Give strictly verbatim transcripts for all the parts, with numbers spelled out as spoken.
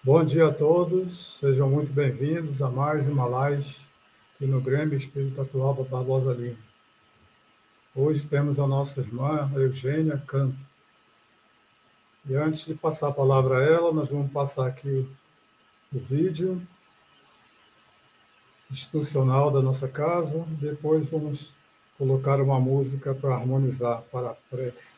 Bom dia a todos, sejam muito bem-vindos a mais uma live aqui no Grêmio Espírita Atualpa Barbosa Lima. Hoje temos a nossa irmã Eugênia Canto. E antes de passar a palavra a ela, nós vamos passar aqui o vídeo institucional da nossa casa, depois vamos colocar uma música para harmonizar para a prece.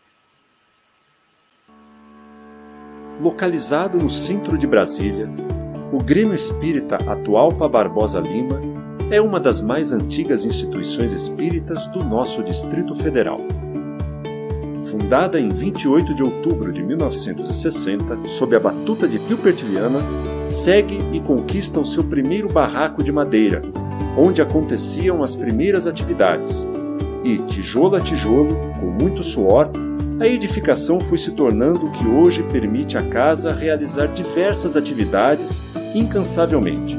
Localizado no centro de Brasília, o Grêmio Espírita Atualpa Barbosa Lima é uma das mais antigas instituições espíritas do nosso Distrito Federal. Fundada em vinte e oito de outubro de mil novecentos e sessenta, sob a batuta de Hilbert Viana, segue e conquista o seu primeiro barraco de madeira, onde aconteciam as primeiras atividades. E, tijolo a tijolo, com muito suor, a edificação foi se tornando o que hoje permite à casa realizar diversas atividades incansavelmente.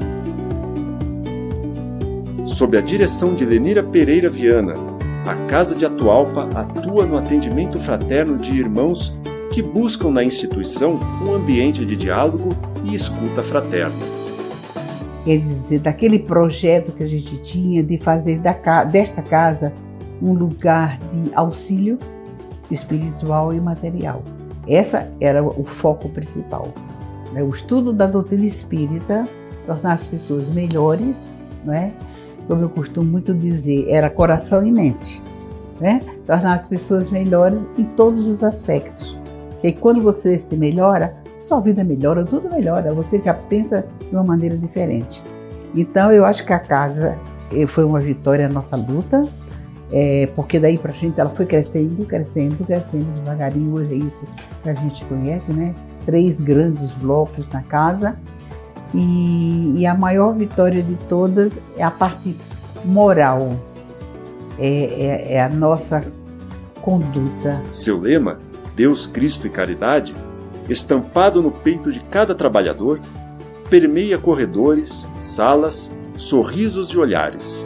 Sob a direção de Lenira Pereira Viana, a Casa de Atualpa atua no atendimento fraterno de irmãos que buscam na instituição um ambiente de diálogo e escuta fraterna. Quer dizer, daquele projeto que a gente tinha de fazer da, desta casa um lugar de auxílio espiritual e material. Essa era o foco principal. Né? O estudo da doutrina espírita, tornar as pessoas melhores, né? Como eu costumo muito dizer, era coração e mente. Né? Tornar as pessoas melhores em todos os aspectos. E quando você se melhora, sua vida melhora, tudo melhora, você já pensa de uma maneira diferente. Então eu acho que a casa foi uma vitória na nossa luta, É, porque daí pra gente ela foi crescendo, crescendo, crescendo devagarinho. Hoje é isso que a gente conhece, né? Três grandes blocos na casa. E, e a maior vitória de todas é a parte moral, é, é, é a nossa conduta. Seu lema, Deus, Cristo e Caridade, estampado no peito de cada trabalhador, permeia corredores, salas, sorrisos e olhares.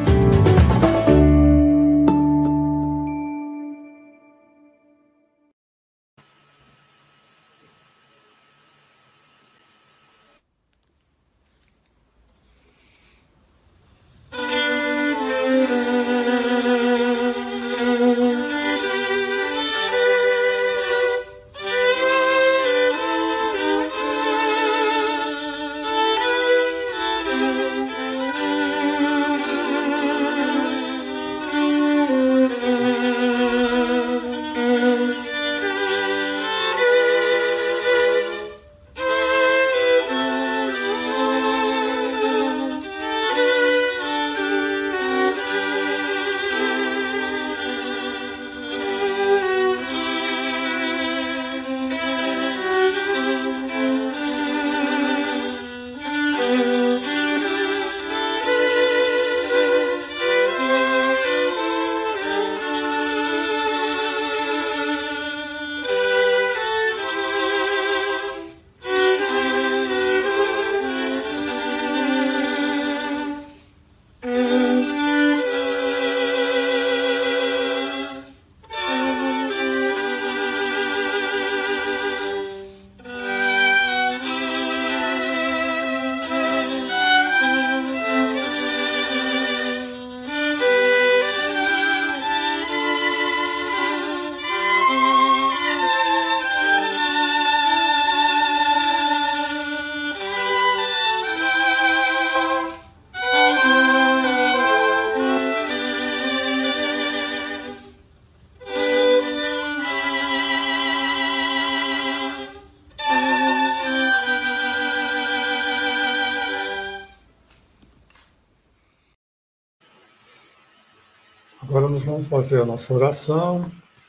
Agora nós vamos fazer a nossa oração,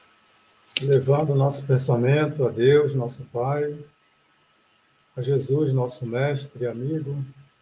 levando o nosso pensamento a Deus, nosso Pai, a Jesus, nosso Mestre e amigo,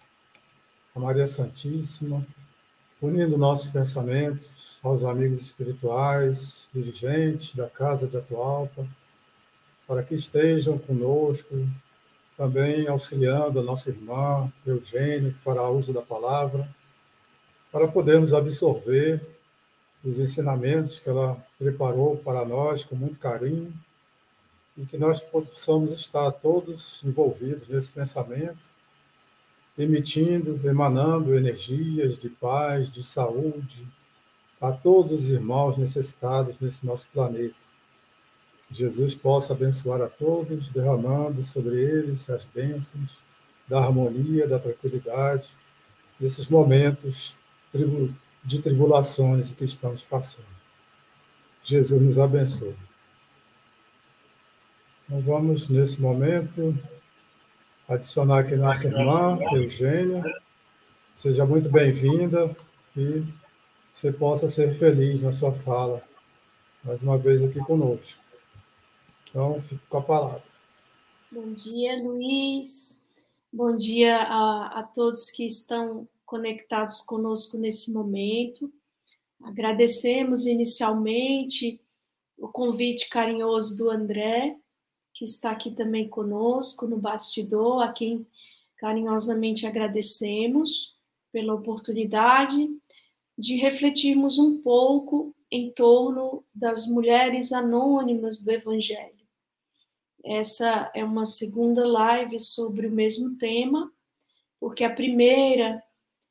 a Maria Santíssima, unindo nossos pensamentos aos amigos espirituais, dirigentes da Casa de Atualpa, para que estejam conosco, também auxiliando a nossa irmã Eugênia, que fará uso da palavra, para podermos absorver os ensinamentos que ela preparou para nós com muito carinho e que nós possamos estar todos envolvidos nesse pensamento, emitindo, emanando energias de paz, de saúde a todos os irmãos necessitados nesse nosso planeta. Que Jesus possa abençoar a todos, derramando sobre eles as bênçãos da harmonia, da tranquilidade, nesses momentos de tribulações que estamos passando. Jesus nos abençoe. Então, vamos, nesse momento, adicionar aqui nossa irmã, Eugênia. Seja muito bem-vinda, que você possa ser feliz na sua fala, mais uma vez aqui conosco. Então, fico com a palavra. Bom dia, Luiz. Bom dia a, a todos que estão conectados conosco nesse momento. Agradecemos inicialmente o convite carinhoso do André, que está aqui também conosco no bastidor, a quem carinhosamente agradecemos pela oportunidade de refletirmos um pouco em torno das mulheres anônimas do Evangelho. Essa é uma segunda live sobre o mesmo tema, porque a primeira,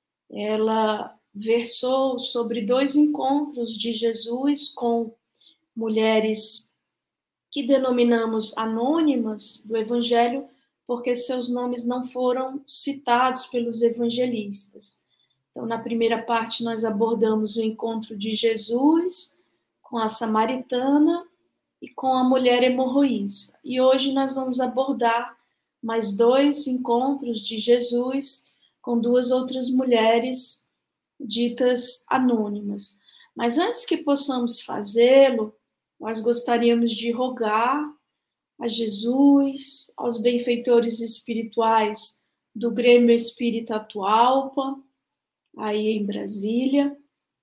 ela versou sobre dois encontros de Jesus com mulheres que denominamos anônimas do Evangelho, porque seus nomes não foram citados pelos evangelistas. Então, na primeira parte, nós abordamos o encontro de Jesus com a samaritana e com a mulher hemorroíça. E hoje nós vamos abordar mais dois encontros de Jesus com duas outras mulheres ditas anônimas. Mas antes que possamos fazê-lo, nós gostaríamos de rogar a Jesus, aos benfeitores espirituais do Grêmio Espírita Atualpa, aí em Brasília,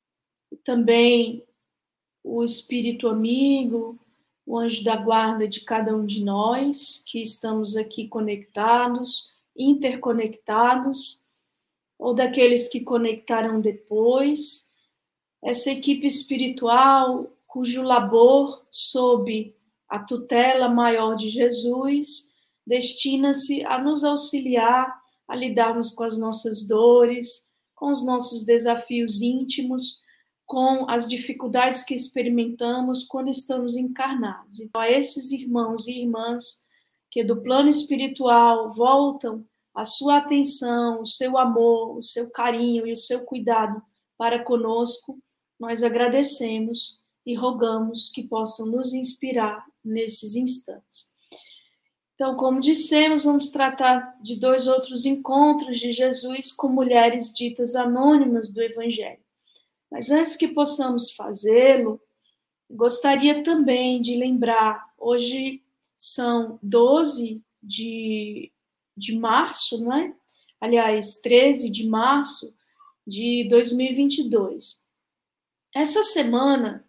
também o Espírito Amigo, o anjo da guarda de cada um de nós, que estamos aqui conectados, interconectados, ou daqueles que conectaram depois, essa equipe espiritual cujo labor, sob a tutela maior de Jesus, destina-se a nos auxiliar a lidarmos com as nossas dores, com os nossos desafios íntimos, com as dificuldades que experimentamos quando estamos encarnados. Então, a esses irmãos e irmãs que do plano espiritual voltam a sua atenção, o seu amor, o seu carinho e o seu cuidado para conosco, nós agradecemos e rogamos que possam nos inspirar nesses instantes. Então, como dissemos, vamos tratar de dois outros encontros de Jesus com mulheres ditas anônimas do Evangelho. Mas antes que possamos fazê-lo, gostaria também de lembrar, hoje são doze de, de março, não é? Aliás, treze de março de dois mil e vinte e dois. Essa semana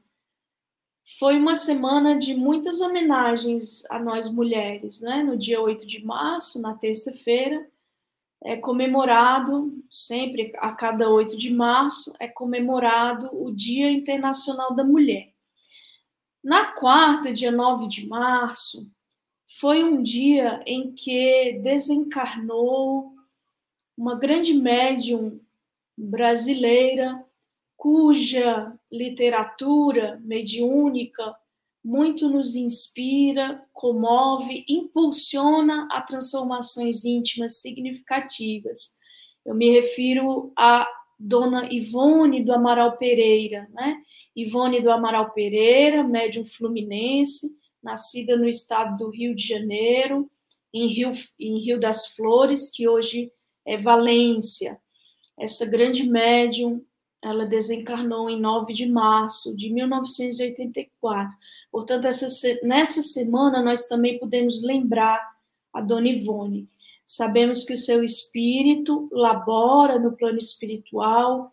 foi uma semana de muitas homenagens a nós mulheres, né? No dia oito de março, na terça-feira, é comemorado, sempre a cada oito de março, é comemorado o Dia Internacional da Mulher. Na quarta, dia nove de março, foi um dia em que desencarnou uma grande médium brasileira, cuja literatura mediúnica muito nos inspira, comove, impulsiona a transformações íntimas significativas. Eu me refiro a Dona Ivone do Amaral Pereira, né? Ivone do Amaral Pereira, médium fluminense, nascida no estado do Rio de Janeiro, em Rio, em Rio das Flores, que hoje é Valência. Essa grande médium, ela desencarnou em nove de março de mil novecentos e oitenta e quatro. Portanto, essa, nessa semana nós também podemos lembrar a Dona Ivone. Sabemos que o seu espírito labora no plano espiritual,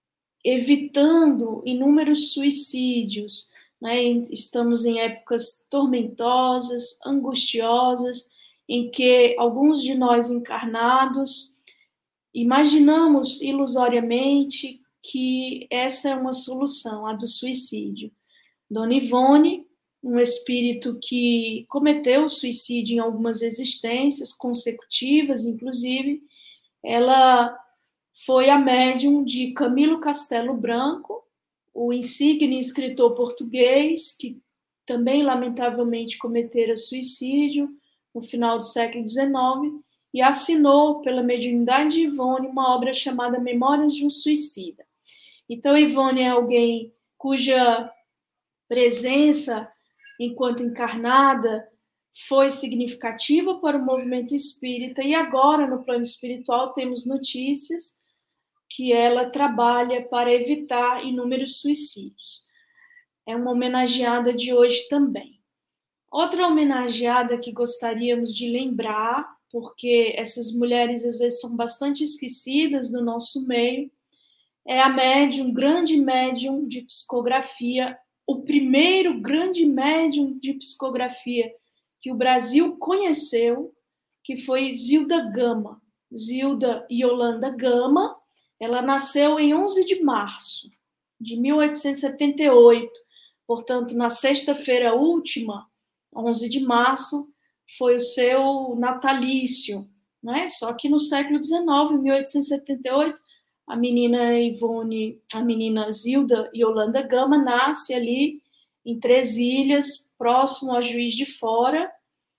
evitando inúmeros suicídios, né? Estamos em épocas tormentosas, angustiosas, em que alguns de nós encarnados imaginamos ilusoriamente que essa é uma solução, a do suicídio. Dona Ivone, um espírito que cometeu suicídio em algumas existências consecutivas, inclusive. Ela foi a médium de Camilo Castelo Branco, o insigne escritor português, que também, lamentavelmente, cometera suicídio no final do século dezenove, e assinou pela mediunidade de Ivone uma obra chamada Memórias de um Suicida. Então, Ivone é alguém cuja presença, enquanto encarnada, foi significativa para o movimento espírita, e agora, no plano espiritual, temos notícias que ela trabalha para evitar inúmeros suicídios. É uma homenageada de hoje também. Outra homenageada que gostaríamos de lembrar, porque essas mulheres às vezes são bastante esquecidas no nosso meio, é a médium, grande médium de psicografia, o primeiro grande médium de psicografia que o Brasil conheceu, que foi Zilda Gama. Zilda Yolanda Gama, ela nasceu em onze de março de mil oitocentos e setenta e oito, portanto, na sexta-feira última, onze de março, foi o seu natalício, né? Só que no século dezenove, mil oitocentos e setenta e oito, a menina Ivone, a menina Zilda Yolanda Gama nasce ali em Três Ilhas, próximo a Juiz de Fora,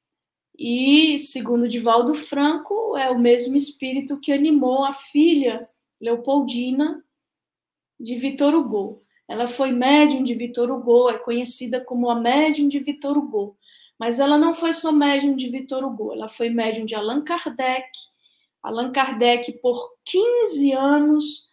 e, segundo Divaldo Franco, é o mesmo espírito que animou a filha Leopoldina de Victor Hugo. Ela foi médium de Victor Hugo, é conhecida como a médium de Victor Hugo, mas ela não foi só médium de Victor Hugo, ela foi médium de Allan Kardec. Allan Kardec, por quinze anos,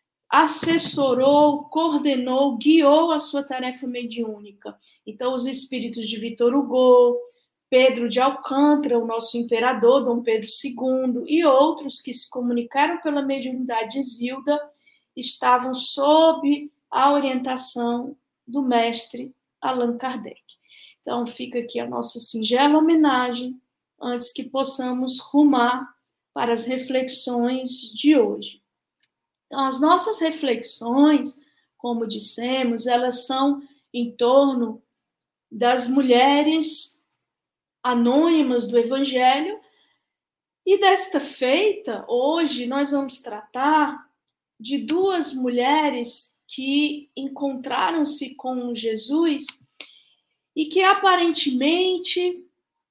assessorou, coordenou, guiou a sua tarefa mediúnica. Então, os espíritos de Victor Hugo, Pedro de Alcântara, o nosso imperador, Dom Pedro segundo, e outros que se comunicaram pela mediunidade de Zilda, estavam sob a orientação do mestre Allan Kardec. Então, fica aqui a nossa singela homenagem, antes que possamos rumar para as reflexões de hoje. Então, as nossas reflexões, como dissemos, elas são em torno das mulheres anônimas do Evangelho, e desta feita, hoje, nós vamos tratar de duas mulheres que encontraram-se com Jesus e que aparentemente,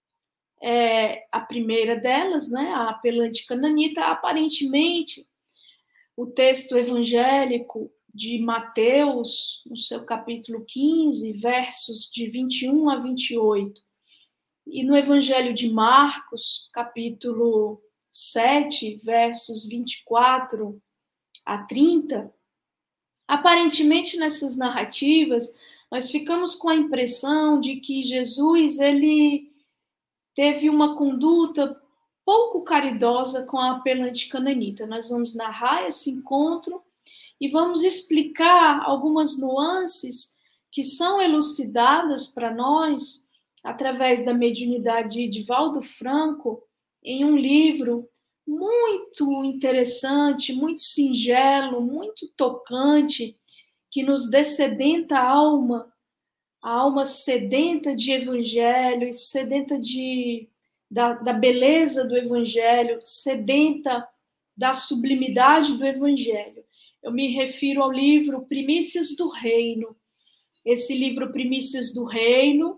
é, a primeira delas, né, a apelante cananita, aparentemente, o texto evangélico de Mateus, no seu capítulo quinze, versos de vinte e um a vinte e oito, e no Evangelho de Marcos, capítulo sete, versos vinte e quatro a trinta, aparentemente nessas narrativas, nós ficamos com a impressão de que Jesus ele teve uma conduta pouco caridosa com a apelante cananita. Nós vamos narrar esse encontro e vamos explicar algumas nuances que são elucidadas para nós através da mediunidade de Divaldo Franco em um livro muito interessante, muito singelo, muito tocante, que nos dessedenta a alma, a alma sedenta de evangelho, e sedenta de, da, da beleza do evangelho, sedenta da sublimidade do evangelho. Eu me refiro ao livro Primícias do Reino. Esse livro Primícias do Reino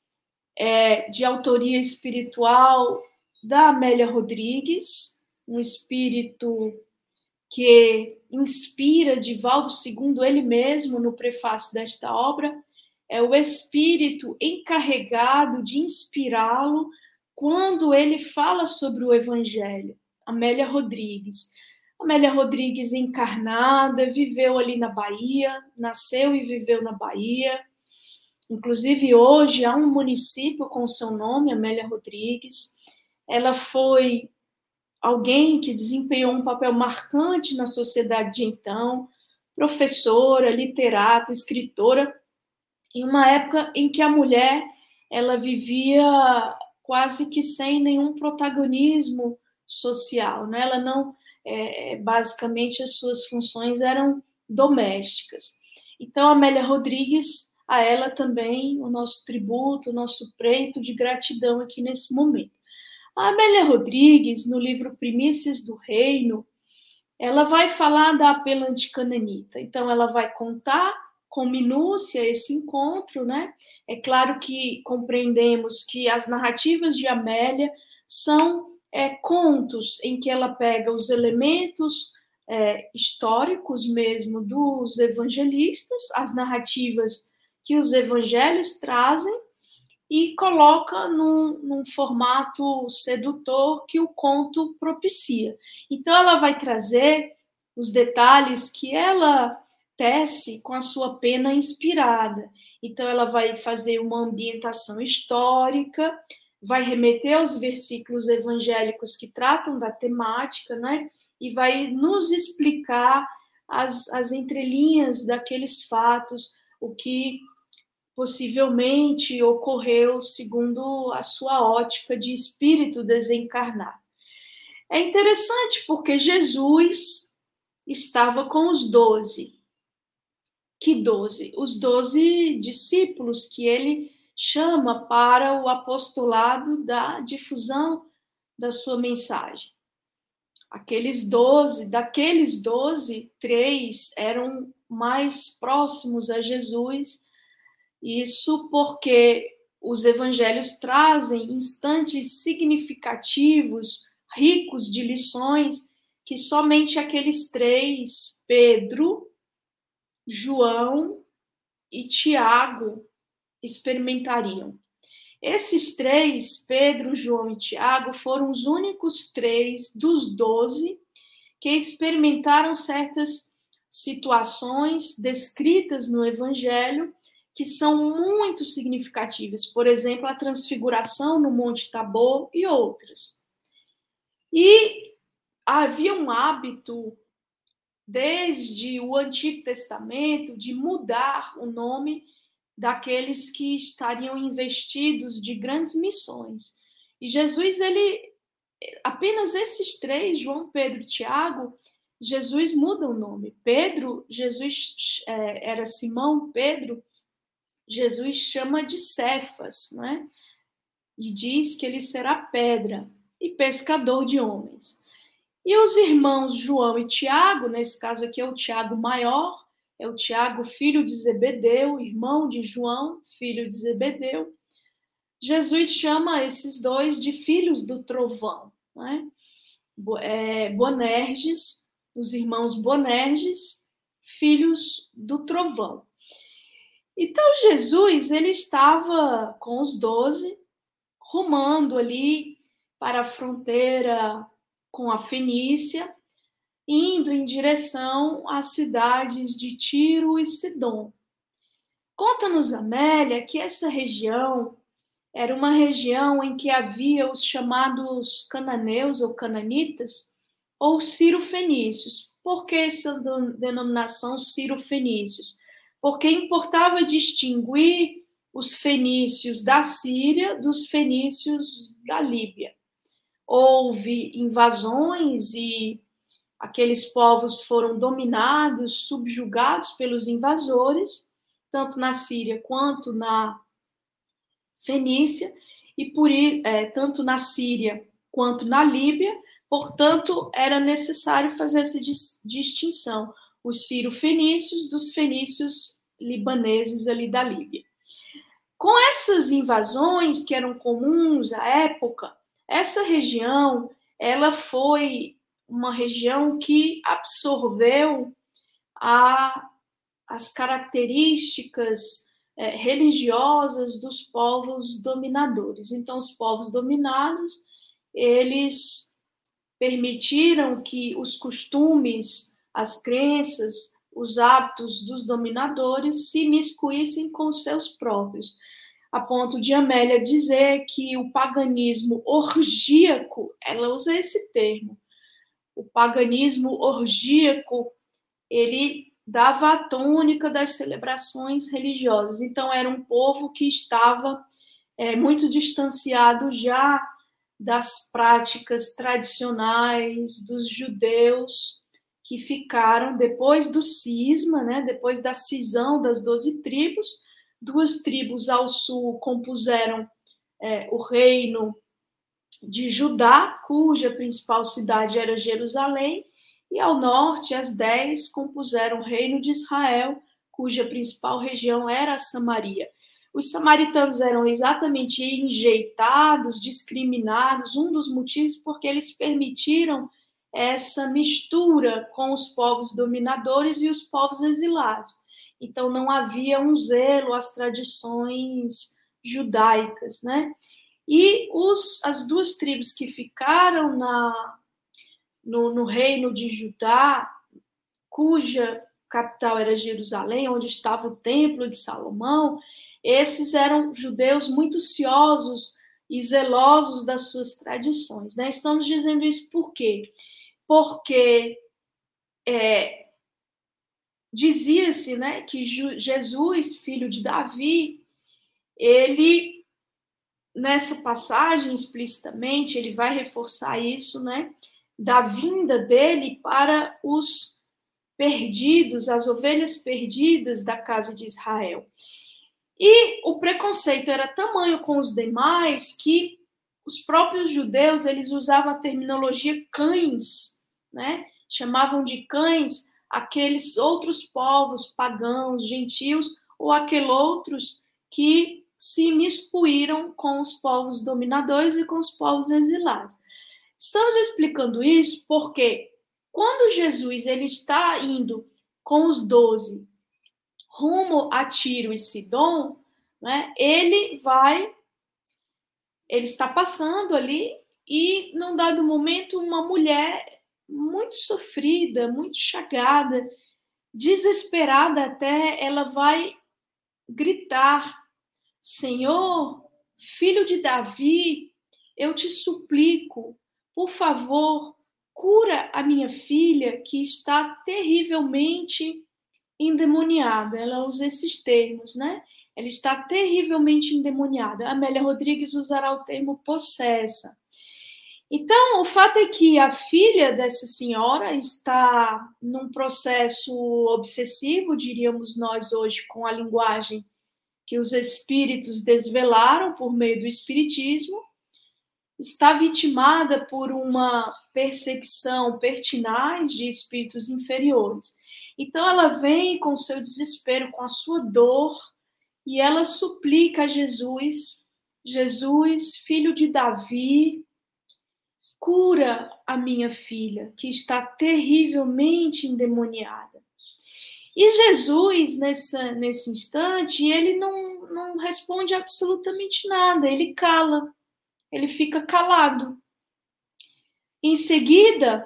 é de autoria espiritual da Amélia Rodrigues, um espírito que inspira Divaldo segundo ele mesmo no prefácio desta obra, é o espírito encarregado de inspirá-lo quando ele fala sobre o Evangelho. Amélia Rodrigues. Amélia Rodrigues encarnada, viveu ali na Bahia, nasceu e viveu na Bahia. Inclusive, hoje há um município com seu nome, Amélia Rodrigues. Ela foi alguém que desempenhou um papel marcante na sociedade de então, professora, literata, escritora, em uma época em que a mulher ela vivia quase que sem nenhum protagonismo social, né? Ela não, é, basicamente, as suas funções eram domésticas. Então, Amélia Rodrigues a ela também o nosso tributo, o nosso preito de gratidão aqui nesse momento. A Amélia Rodrigues, no livro Primícias do Reino, ela vai falar da Apelante Cananita. Então, ela vai contar com minúcia esse encontro, né? É claro que compreendemos que as narrativas de Amélia são é, contos em que ela pega os elementos é, históricos mesmo dos evangelistas, as narrativas que os evangelhos trazem, e coloca num, num formato sedutor que o conto propicia. Então, ela vai trazer os detalhes que ela tece com a sua pena inspirada. Então, ela vai fazer uma ambientação histórica, vai remeter aos versículos evangélicos que tratam da temática, né? E vai nos explicar as, as entrelinhas daqueles fatos, o que possivelmente ocorreu segundo a sua ótica de espírito desencarnado. É interessante porque Jesus estava com os doze. Que doze? Os doze discípulos que ele chama para o apostolado da difusão da sua mensagem. Aqueles doze, daqueles doze, três eram mais próximos a Jesus. Isso porque os evangelhos trazem instantes significativos, ricos de lições, que somente aqueles três, Pedro, João e Tiago, experimentariam. Esses três, Pedro, João e Tiago, foram os únicos três dos doze que experimentaram certas situações descritas no evangelho que são muito significativas, por exemplo, a transfiguração no Monte Tabor e outras. E havia um hábito, desde o Antigo Testamento, de mudar o nome daqueles que estariam investidos de grandes missões. E Jesus, ele, apenas esses três, João, Pedro e Tiago, Jesus muda o nome. Pedro, Jesus é, era Simão Pedro, Jesus chama de Cefas, né? E diz que ele será pedra e pescador de homens. E os irmãos João e Tiago, nesse caso aqui é o Tiago maior, é o Tiago, filho de Zebedeu, irmão de João, filho de Zebedeu. Jesus chama esses dois de filhos do trovão, né? É, Boanerges, os irmãos Boanerges, filhos do trovão. Então, Jesus, ele estava com os doze, rumando ali para a fronteira com a Fenícia, indo em direção às cidades de Tiro e Sidom. Conta-nos Amélia que essa região era uma região em que havia os chamados cananeus ou cananitas, ou ciro-fenícios. Por que essa denominação ciro-fenícios? Porque importava distinguir os fenícios da Síria dos fenícios da Líbia. Houve invasões e aqueles povos foram dominados, subjugados pelos invasores, tanto na Síria quanto na Fenícia, e por é, tanto na Síria quanto na Líbia, portanto, era necessário fazer essa dis- distinção. Os ciro-fenícios dos fenícios libaneses ali da Líbia. Com essas invasões que eram comuns à época, essa região, ela foi uma região que absorveu a, as características é, religiosas dos povos dominadores. Então, os povos dominados, eles permitiram que os costumes, as crenças, os hábitos dos dominadores se miscuíssem com os seus próprios, a ponto de Amélia dizer que o paganismo orgíaco, ela usa esse termo, o paganismo orgíaco, ele dava a tônica das celebrações religiosas. Então, era um povo que estava é, muito distanciado já das práticas tradicionais dos judeus, que ficaram depois do cisma, né, depois da cisão das doze tribos, duas tribos ao sul compuseram é, o reino de Judá, cuja principal cidade era Jerusalém, e ao norte as dez compuseram o reino de Israel, cuja principal região era a Samaria. Os samaritanos eram exatamente enjeitados, discriminados, um dos motivos porque eles permitiram essa mistura com os povos dominadores e os povos exilados. Então não havia um zelo às tradições judaicas, né? E os, as duas tribos que ficaram na, no, no reino de Judá, cuja capital era Jerusalém, onde estava o templo de Salomão, esses eram judeus muito ciosos e zelosos das suas tradições, né? Estamos dizendo isso por quê? Porque é, dizia-se, né, que Jesus, filho de Davi, ele, nessa passagem explicitamente, ele vai reforçar isso, né, da vinda dele para os perdidos, as ovelhas perdidas da casa de Israel. E o preconceito era tamanho com os demais que os próprios judeus, eles usavam a terminologia cães, né? Chamavam de cães aqueles outros povos pagãos, gentios, ou aqueles outros que se imiscuíram com os povos dominadores e com os povos exilados. Estamos explicando isso porque quando Jesus ele está indo com os doze rumo a Tiro e Sidom, né, ele vai, ele está passando ali e, num dado momento, uma mulher muito sofrida, muito chagada, desesperada até, ela vai gritar: Senhor, filho de Davi, eu te suplico, por favor, cura a minha filha que está terrivelmente endemoniada. Ela usa esses termos, né? Ela está terrivelmente endemoniada. A Amélia Rodrigues usará o termo possessa. Então, o fato é que a filha dessa senhora está num processo obsessivo, diríamos nós hoje, com a linguagem que os espíritos desvelaram por meio do espiritismo, está vitimada por uma perseguição pertinaz de espíritos inferiores. Então ela vem com seu desespero, com a sua dor, e ela suplica a Jesus: Jesus, filho de Davi, cura a minha filha, que está terrivelmente endemoniada. E Jesus, nessa, nesse instante, ele não, não responde absolutamente nada, ele cala, ele fica calado. Em seguida,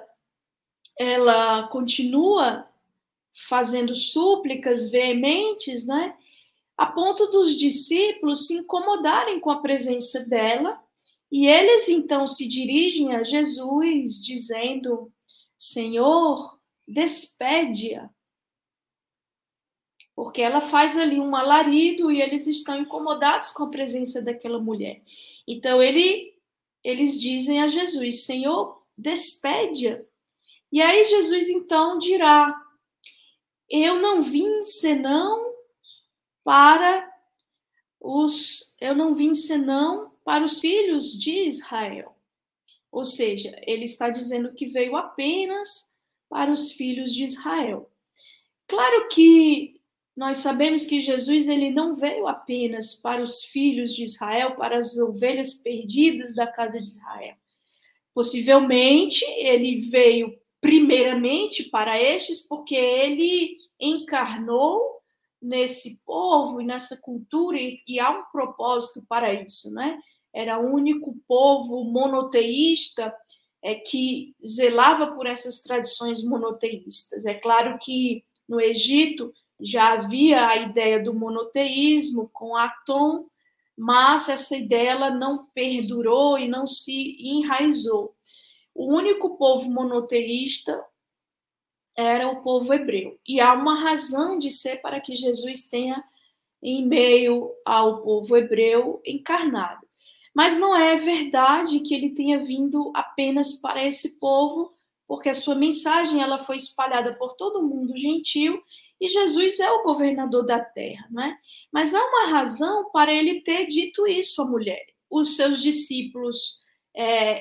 ela continua fazendo súplicas veementes, né, a ponto dos discípulos se incomodarem com a presença dela, e eles então se dirigem a Jesus dizendo: Senhor, despede-a. Porque ela faz ali um alarido e eles estão incomodados com a presença daquela mulher. Então ele, eles dizem a Jesus: Senhor, despede-a. E aí Jesus então dirá: Eu não vim senão para os, eu não vim senão para os filhos de Israel. Ou seja, ele está dizendo que veio apenas para os filhos de Israel. Claro que nós sabemos que Jesus ele não veio apenas para os filhos de Israel, para as ovelhas perdidas da casa de Israel. Possivelmente, ele veio primeiramente para estes, porque ele encarnou nesse povo e nessa cultura, e, e há um propósito para isso, né? Era o único povo monoteísta é, que zelava por essas tradições monoteístas. É claro que no Egito já havia a ideia do monoteísmo com Atom, mas essa ideia ela não perdurou e não se enraizou. O único povo monoteísta era o povo hebreu. E há uma razão de ser para que Jesus tenha em meio ao povo hebreu encarnado. Mas não é verdade que ele tenha vindo apenas para esse povo, porque a sua mensagem ela foi espalhada por todo o mundo gentil e Jesus é o governador da terra, não é? Mas há uma razão para ele ter dito isso à mulher. Os seus discípulos, é,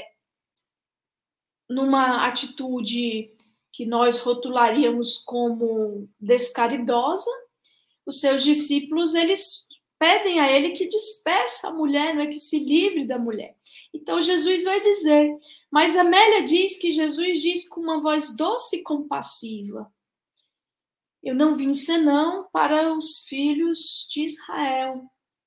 numa atitude que nós rotularíamos como descaridosa, os seus discípulos, eles pedem a ele que despeça a mulher, não é, que se livre da mulher. Então Jesus vai dizer, mas Amélia diz que Jesus diz com uma voz doce e compassiva, eu não vim senão para os filhos de Israel.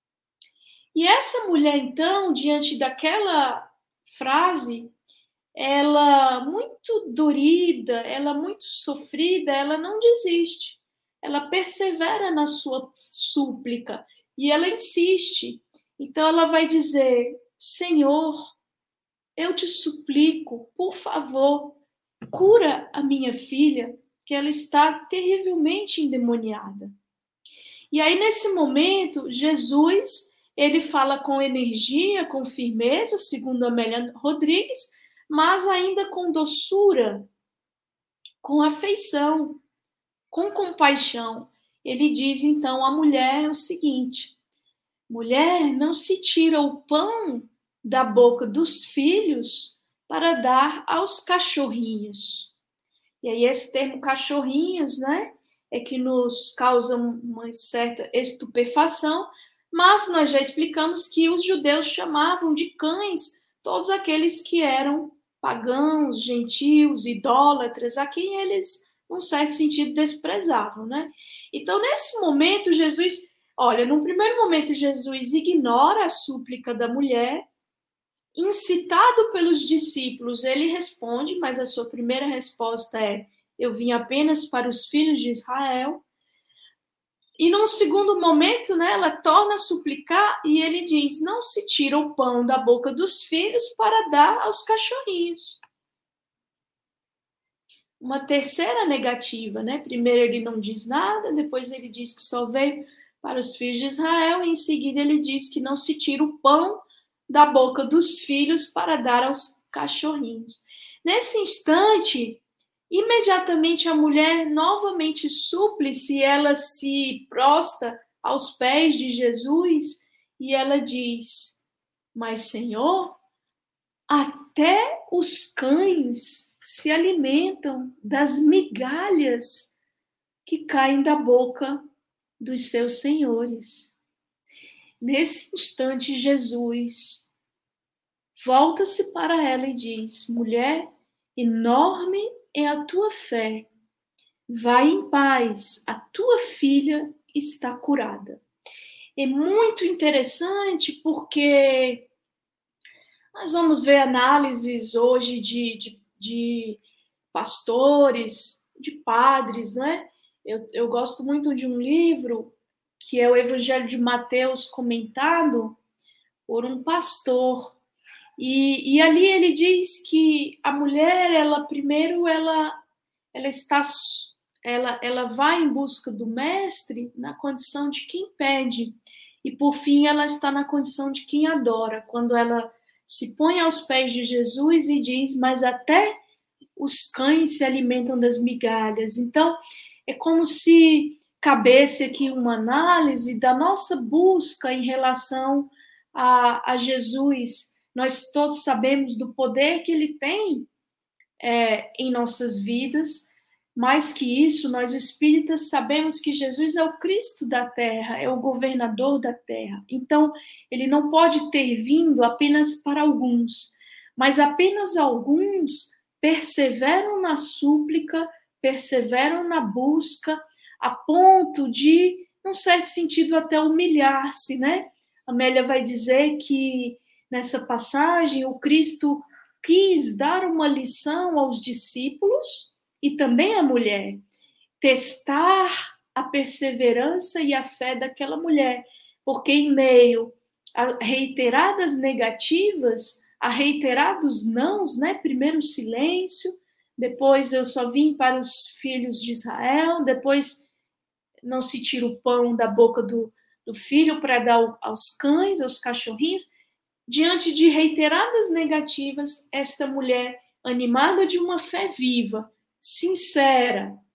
E essa mulher, então, diante daquela frase, ela muito dorida, ela muito sofrida, ela não desiste. Ela persevera na sua súplica e ela insiste. Então ela vai dizer, Senhor, eu te suplico, por favor, cura a minha filha, que ela está terrivelmente endemoniada. E aí, nesse momento, Jesus, ele fala com energia, com firmeza, segundo Amélia Rodrigues, mas ainda com doçura, com afeição, com compaixão. Ele diz, então, à mulher o seguinte, mulher, não se tira o pão da boca dos filhos para dar aos cachorrinhos. E aí esse termo cachorrinhos, né, é que nos causa uma certa estupefação, mas nós já explicamos que os judeus chamavam de cães todos aqueles que eram pagãos, gentios, idólatras, a quem eles, num certo sentido, desprezavam, né? Então, nesse momento, Jesus, olha, num primeiro momento, Jesus ignora a súplica da mulher, incitado pelos discípulos, ele responde, mas a sua primeira resposta é, eu vim apenas para os filhos de Israel. E num segundo momento, né, ela torna a suplicar e ele diz, não se tira o pão da boca dos filhos para dar aos cachorrinhos. Uma terceira negativa, né? Primeiro ele não diz nada, depois ele diz que só veio para os filhos de Israel, e em seguida ele diz que não se tira o pão da boca dos filhos para dar aos cachorrinhos. Nesse instante, imediatamente a mulher novamente súplice, ela se prostra aos pés de Jesus e ela diz, mas Senhor, até os cães se alimentam das migalhas que caem da boca dos seus senhores. Nesse instante, Jesus volta-se para ela e diz, mulher, enorme é a tua fé. Vai em paz, a tua filha está curada. É muito interessante porque nós vamos ver análises hoje de, de, de pastores, de padres, não é? Eu, eu gosto muito de um livro que é o Evangelho de Mateus comentado por um pastor. E, e ali ele diz que a mulher, ela primeiro, ela, ela está, ela, ela vai em busca do mestre na condição de quem pede. E por fim, ela está na condição de quem adora, quando ela se põe aos pés de Jesus e diz, mas até os cães se alimentam das migalhas. Então, é como se cabesse aqui uma análise da nossa busca em relação a, a Jesus. Nós todos sabemos do poder que ele tem é, em nossas vidas. Mais que isso, nós espíritas sabemos que Jesus é o Cristo da terra, é o governador da terra. Então, ele não pode ter vindo apenas para alguns, mas apenas alguns perseveram na súplica, perseveram na busca, a ponto de, num certo sentido, até humilhar-se, né? Amélia vai dizer que, nessa passagem, o Cristo quis dar uma lição aos discípulos e também à mulher, testar a perseverança e a fé daquela mulher, porque em meio a reiteradas negativas, a reiterados nãos, né? Primeiro o silêncio, depois eu só vim para os filhos de Israel, depois não se tira o pão da boca do, do filho para dar aos cães, aos cachorrinhos. Diante de reiteradas negativas, esta mulher, animada de uma fé viva, sincera,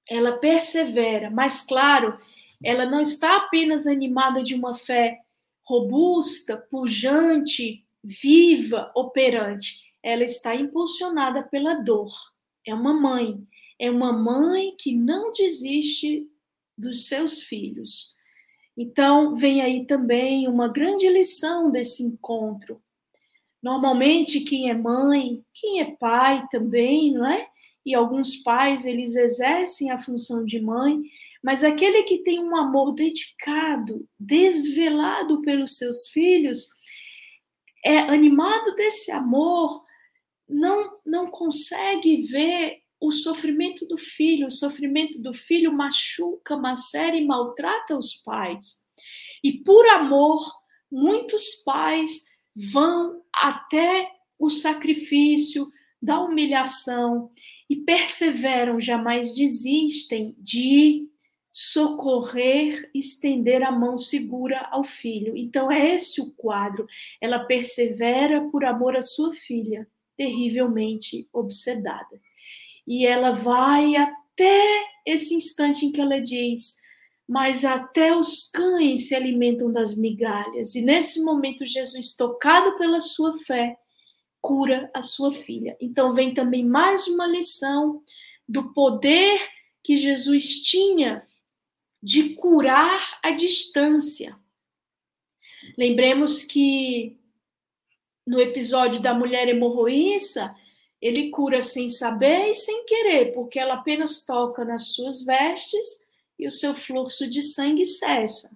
ela persevera, mas claro, ela não está apenas animada de uma fé robusta, pujante, viva, operante. Ela está impulsionada pela dor. É uma mãe. É uma mãe que não desiste dos seus filhos. Então, vem aí também uma grande lição desse encontro. Normalmente, quem é mãe, quem é pai também, não é? E alguns pais, eles exercem a função de mãe, mas aquele que tem um amor dedicado, desvelado pelos seus filhos, é animado desse amor, não, não consegue ver o sofrimento do filho. O sofrimento do filho machuca, macera e maltrata os pais. E por amor, muitos pais vão até o sacrifício da humilhação e perseveram, jamais desistem de socorrer, estender a mão segura ao filho. Então é esse o quadro. Ela persevera por amor à sua filha, terrivelmente obsedada. E ela vai até esse instante em que ela diz: mas até os cães se alimentam das migalhas. E nesse momento, Jesus, tocado pela sua fé, cura a sua filha. Então vem também mais uma lição do poder que Jesus tinha de curar à distância. Lembremos que no episódio da mulher hemorroíça, ele cura sem saber e sem querer, porque ela apenas toca nas suas vestes e o seu fluxo de sangue cessa.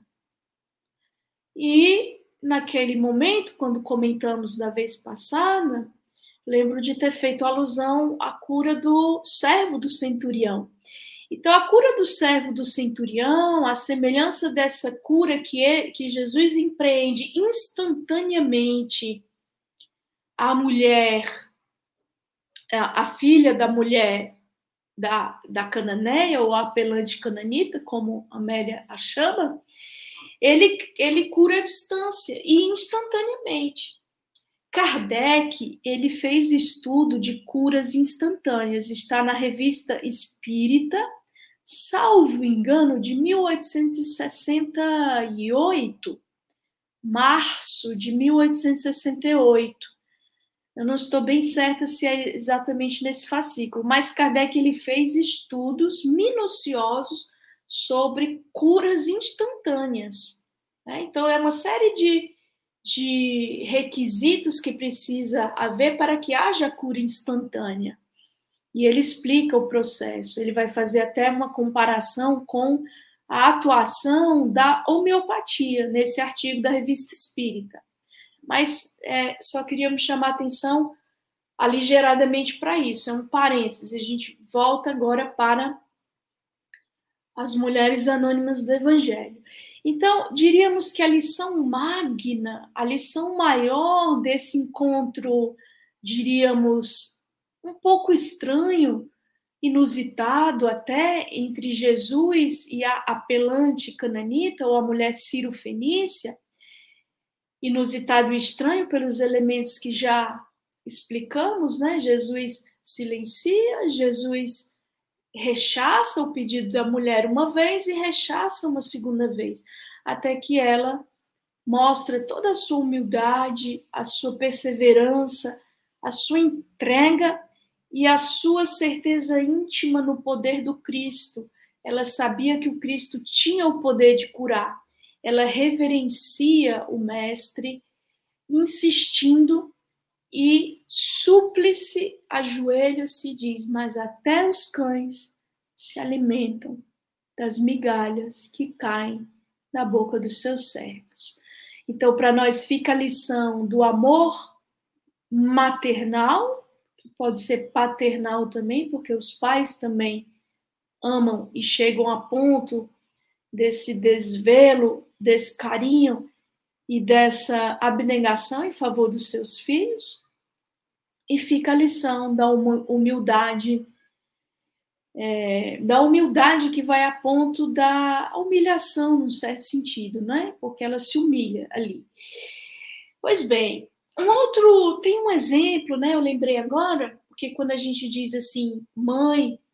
E naquele momento, quando comentamos da vez passada, lembro de ter feito alusão à cura do servo do centurião. Então, a cura do servo do centurião, a semelhança dessa cura que, é, que Jesus empreende instantaneamente a mulher, a, a filha da mulher da, da cananeia, ou a apelante cananita, como Amélia a chama, ele, ele cura a distância e instantaneamente. Kardec, ele fez estudo de curas instantâneas, está na Revista Espírita, salvo engano, de mil oitocentos e sessenta e oito, março de mil oitocentos e sessenta e oito. Eu não estou bem certa se é exatamente nesse fascículo, mas Kardec ele fez estudos minuciosos sobre curas instantâneas. Né? Então, é uma série de, de requisitos que precisa haver para que haja cura instantânea. E ele explica o processo. Ele vai fazer até uma comparação com a atuação da homeopatia nesse artigo da Revista Espírita. Mas é, só queríamos chamar a atenção aligeradamente para isso. É um parênteses. A gente volta agora para as mulheres anônimas do Evangelho. Então, diríamos que a lição magna, a lição maior desse encontro, diríamos, um pouco estranho, inusitado até, entre Jesus e a apelante cananita, ou a mulher Ciro-Fenícia, inusitado e estranho pelos elementos que já explicamos, né? Jesus silencia, Jesus rechaça o pedido da mulher uma vez e rechaça uma segunda vez, até que ela mostra toda a sua humildade, a sua perseverança, a sua entrega e a sua certeza íntima no poder do Cristo. Ela sabia que o Cristo tinha o poder de curar. Ela reverencia o Mestre, insistindo, e súplice, ajoelha-se e diz: mas até os cães se alimentam das migalhas que caem da boca dos seus servos. Então, para nós fica a lição do amor maternal, que pode ser paternal também, porque os pais também amam e chegam a ponto desse desvelo, desse carinho e dessa abnegação em favor dos seus filhos. E fica a lição da humildade, é, da humildade que vai a ponto da humilhação, num certo sentido, né? Porque ela se humilha ali. Pois bem, um outro, tem um exemplo, né? Eu lembrei agora, porque quando a gente diz assim, mãe,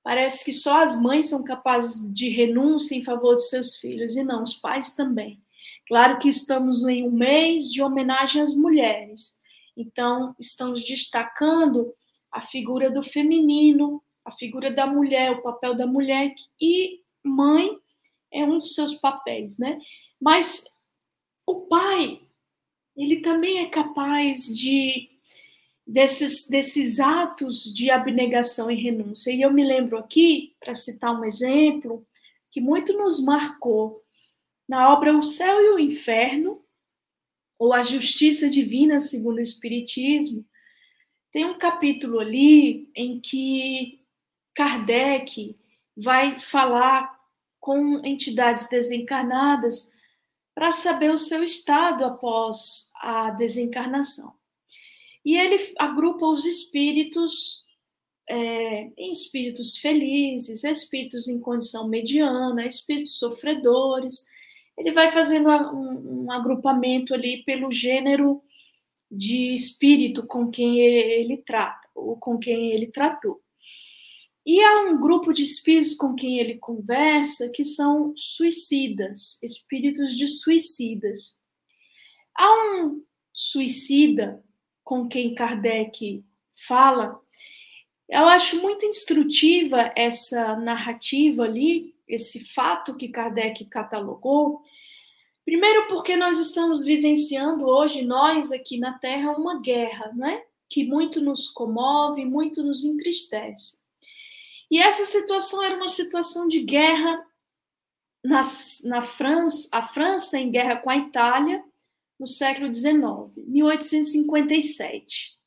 Parece que só as mães são capazes de renúncia em favor dos seus filhos, e não, os pais também. Claro que estamos em um mês de homenagem às mulheres, então estamos destacando a figura do feminino, a figura da mulher, o papel da mulher, e mãe é um dos seus papéis, né? Mas o pai, ele também é capaz de desses, desses atos de abnegação e renúncia. E eu me lembro aqui, para citar um exemplo, que muito nos marcou, na obra O Céu e o Inferno, ou A Justiça Divina segundo o Espiritismo, tem um capítulo ali em que Kardec vai falar com entidades desencarnadas para saber o seu estado após a desencarnação. E ele agrupa os espíritos é, em espíritos felizes, espíritos em condição mediana, espíritos sofredores. Ele vai fazendo um, um agrupamento ali pelo gênero de espírito com quem ele trata, ou com quem ele tratou. E há um grupo de espíritos com quem ele conversa que são suicidas, espíritos de suicidas. Há um suicida com quem Kardec fala. Eu acho muito instrutiva essa narrativa ali, esse fato que Kardec catalogou. Primeiro porque nós estamos vivenciando hoje, nós aqui na Terra, uma guerra, não é? Que muito nos comove, muito nos entristece. E essa situação era uma situação de guerra na, na França, a França em guerra com a Itália, no século dezenove, mil oitocentos e cinquenta e sete.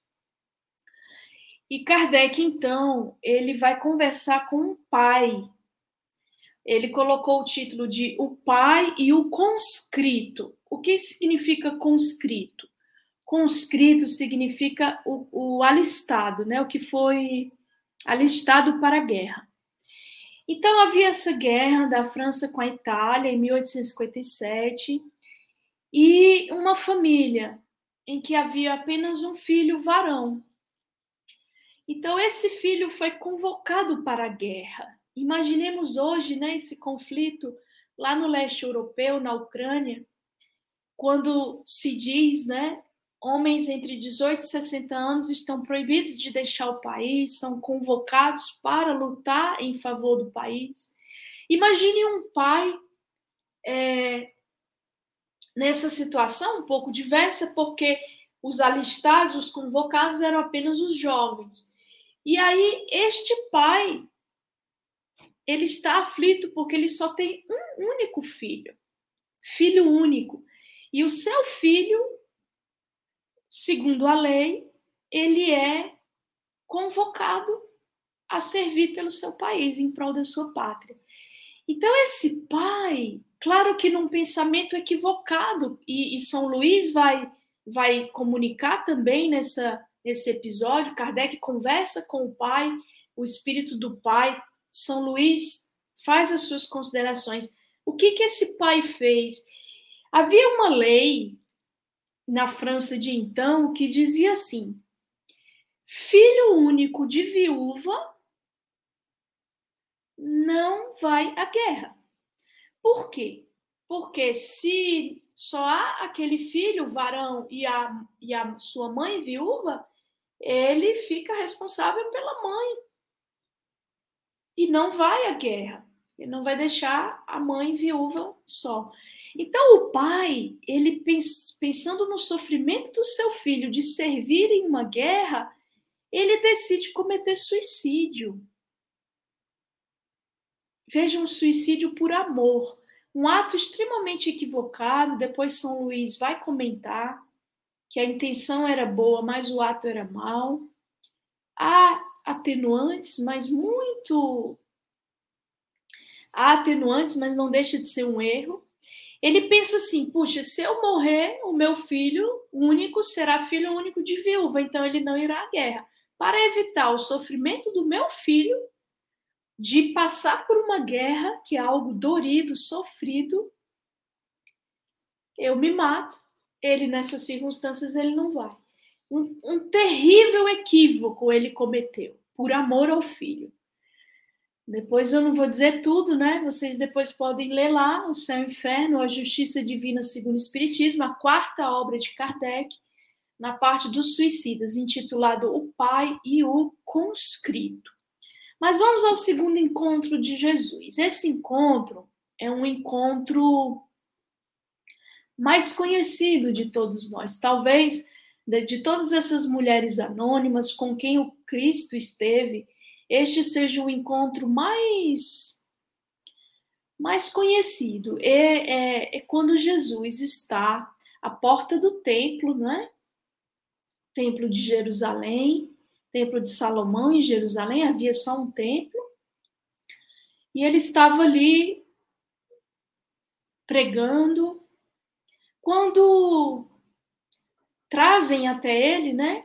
E Kardec, então, ele vai conversar com um pai. Ele colocou o título de O Pai e o Conscrito. O que significa conscrito? Conscrito significa o, o alistado, né? O que foi alistado para a guerra. Então, havia essa guerra da França com a Itália, em mil oitocentos e cinquenta e sete, e uma família em que havia apenas um filho varão. Então, esse filho foi convocado para a guerra. Imaginemos hoje, né, esse conflito lá no leste europeu, na Ucrânia, quando se diz, né, homens entre dezoito e sessenta anos estão proibidos de deixar o país, são convocados para lutar em favor do país. Imagine um pai é, nessa situação um pouco diversa, porque os alistados, os convocados eram apenas os jovens. E aí este pai, ele está aflito porque ele só tem um único filho, filho único. E o seu filho, segundo a lei, ele é convocado a servir pelo seu país, em prol da sua pátria. Então, esse pai, claro que num pensamento equivocado, e, e São Luís vai, vai comunicar também nessa, nesse episódio, Kardec conversa com o pai, o espírito do pai, São Luís faz as suas considerações. O que, que esse pai fez? Havia uma lei na França de então, que dizia assim: filho único de viúva não vai à guerra. Por quê? Porque se só há aquele filho varão e a, e a sua mãe viúva, ele fica responsável pela mãe e não vai à guerra. Ele não vai deixar a mãe viúva só. Então, o pai, ele pensando no sofrimento do seu filho de servir em uma guerra, ele decide cometer suicídio. Veja, um suicídio por amor. Um ato extremamente equivocado. Depois São Luís vai comentar que a intenção era boa, mas o ato era mau. Há atenuantes, mas muito... Há atenuantes, mas não deixa de ser um erro. Ele pensa assim: puxa, se eu morrer, o meu filho único será filho único de viúva, então ele não irá à guerra. Para evitar o sofrimento do meu filho de passar por uma guerra, que é algo dorido, sofrido, eu me mato. Ele, nessas circunstâncias, ele não vai. Um, um terrível equívoco ele cometeu, por amor ao filho. Depois eu não vou dizer tudo, né? Vocês depois podem ler lá, O Céu e o Inferno, A Justiça Divina segundo o Espiritismo, a quarta obra de Kardec, na parte dos suicidas, intitulado O Pai e o Conscrito. Mas vamos ao segundo encontro de Jesus. Esse encontro é um encontro mais conhecido de todos nós. Talvez de, de todas essas mulheres anônimas com quem o Cristo esteve, este seja o encontro mais, mais conhecido. É, é, é quando Jesus está à porta do templo, não é? Templo de Jerusalém, Templo de Salomão em Jerusalém, havia só um templo. E ele estava ali pregando. Quando trazem até ele, né?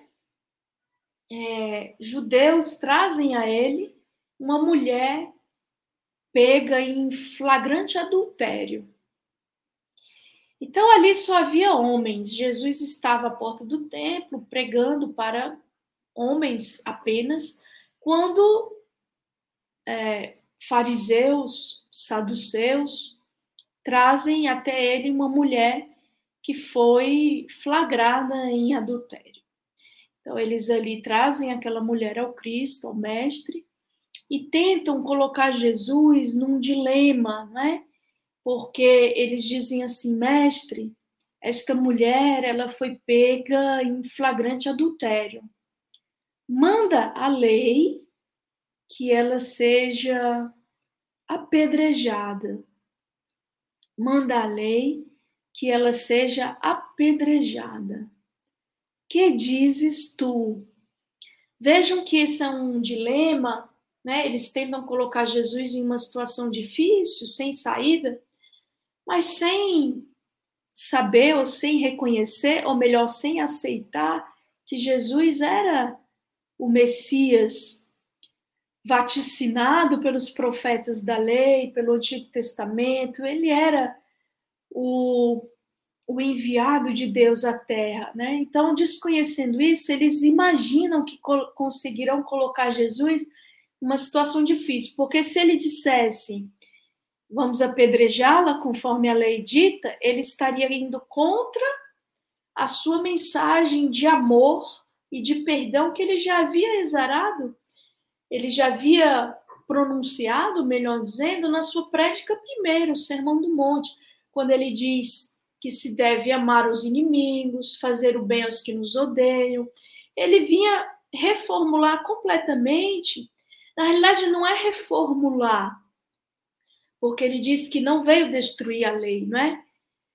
É, judeus trazem a ele uma mulher pega em flagrante adultério. Então ali só havia homens. Jesus estava à porta do templo pregando para homens apenas, quando é, fariseus, saduceus trazem até ele uma mulher que foi flagrada em adultério. Então eles ali trazem aquela mulher ao Cristo, ao Mestre, e tentam colocar Jesus num dilema, né? Porque eles dizem assim, Mestre, esta mulher ela foi pega em flagrante adultério. Manda a lei que ela seja apedrejada. Manda a lei que ela seja apedrejada. Que dizes tu? Vejam que esse é um dilema, né? Eles tentam colocar Jesus em uma situação difícil, sem saída, mas sem saber ou sem reconhecer, ou melhor, sem aceitar que Jesus era o Messias vaticinado pelos profetas da lei, pelo Antigo Testamento. Ele era o, o enviado de Deus à Terra, né? Então, desconhecendo isso, eles imaginam que co- conseguirão colocar Jesus numa situação difícil, porque se ele dissesse vamos apedrejá-la conforme a lei dita, ele estaria indo contra a sua mensagem de amor e de perdão que ele já havia exarado, ele já havia pronunciado, melhor dizendo, na sua prédica primeiro, o Sermão do Monte, quando ele diz que se deve amar os inimigos, fazer o bem aos que nos odeiam. Ele vinha reformular completamente. Na realidade, não é reformular, porque ele disse que não veio destruir a lei, não é?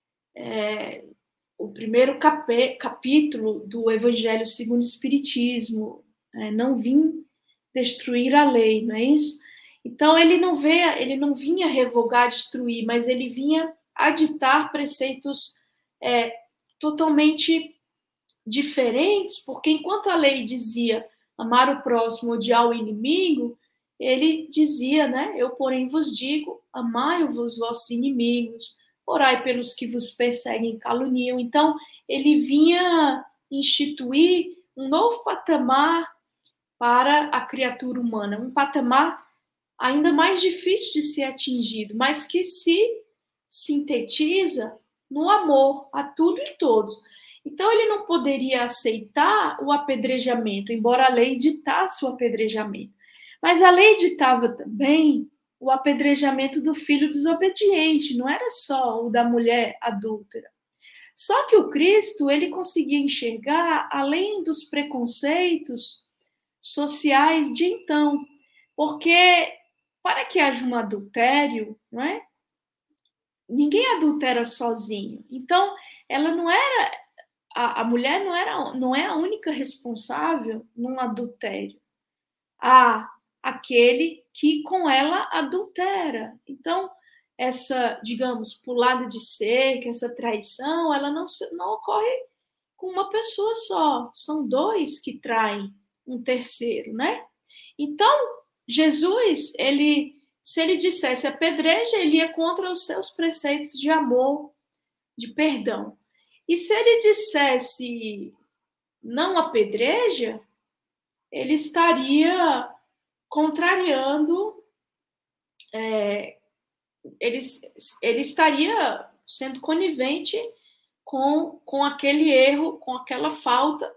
É o primeiro cap- capítulo do Evangelho segundo o Espiritismo, é, não vim destruir a lei, não é isso? Então ele não veio, ele não vinha revogar, destruir, mas ele vinha aditar preceitos é, totalmente diferentes, porque enquanto a lei dizia amar o próximo, odiar o inimigo, ele dizia, né? Eu, porém, vos digo, amai-vos os vossos inimigos, orai pelos que vos perseguem e caluniam. Então, ele vinha instituir um novo patamar para a criatura humana, um patamar ainda mais difícil de ser atingido, mas que se sintetiza no amor a tudo e todos. Então, ele não poderia aceitar o apedrejamento, embora a lei ditasse o apedrejamento. Mas a lei ditava também o apedrejamento do filho desobediente, não era só o da mulher adúltera. Só que o Cristo, ele conseguia enxergar além dos preconceitos sociais de então, porque para que haja um adultério, não é? Ninguém adultera sozinho. Então, ela não era, a, a mulher não era, não é a única responsável num adultério. Há aquele que com ela adultera. Então, essa, digamos, pulada de cerca, essa traição, ela não, não ocorre com uma pessoa só. São dois que traem um terceiro, né? Então, Jesus, ele, se ele dissesse apedreja, ele ia contra os seus preceitos de amor, de perdão. E se ele dissesse não apedreja, ele estaria contrariando é, ele, ele estaria sendo conivente com, com aquele erro, com aquela falta.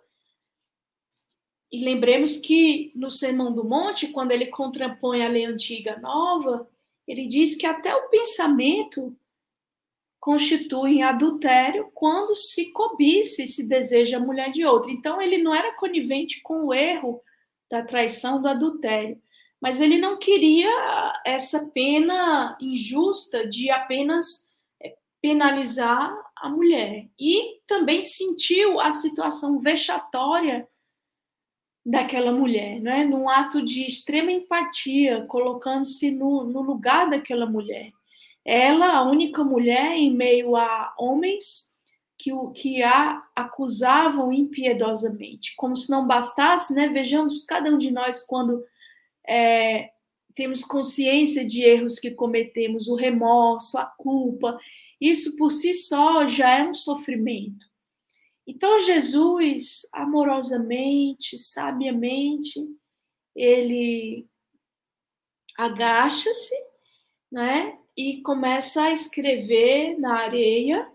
E lembremos que no Sermão do Monte, quando ele contrapõe a lei antiga à nova, ele diz que até o pensamento constitui adultério quando se cobiça e se deseja a mulher de outro. Então, ele não era conivente com o erro da traição, do adultério, mas ele não queria essa pena injusta de apenas penalizar a mulher. E também sentiu a situação vexatória daquela mulher, né? Num ato de extrema empatia, colocando-se no, no lugar daquela mulher. Ela, a única mulher em meio a homens que, o, que a acusavam impiedosamente. Como se não bastasse, né? Vejamos cada um de nós quando é, temos consciência de erros que cometemos, o remorso, a culpa, isso por si só já é um sofrimento. Então Jesus, amorosamente, sabiamente, ele agacha-se, né? E começa a escrever na areia.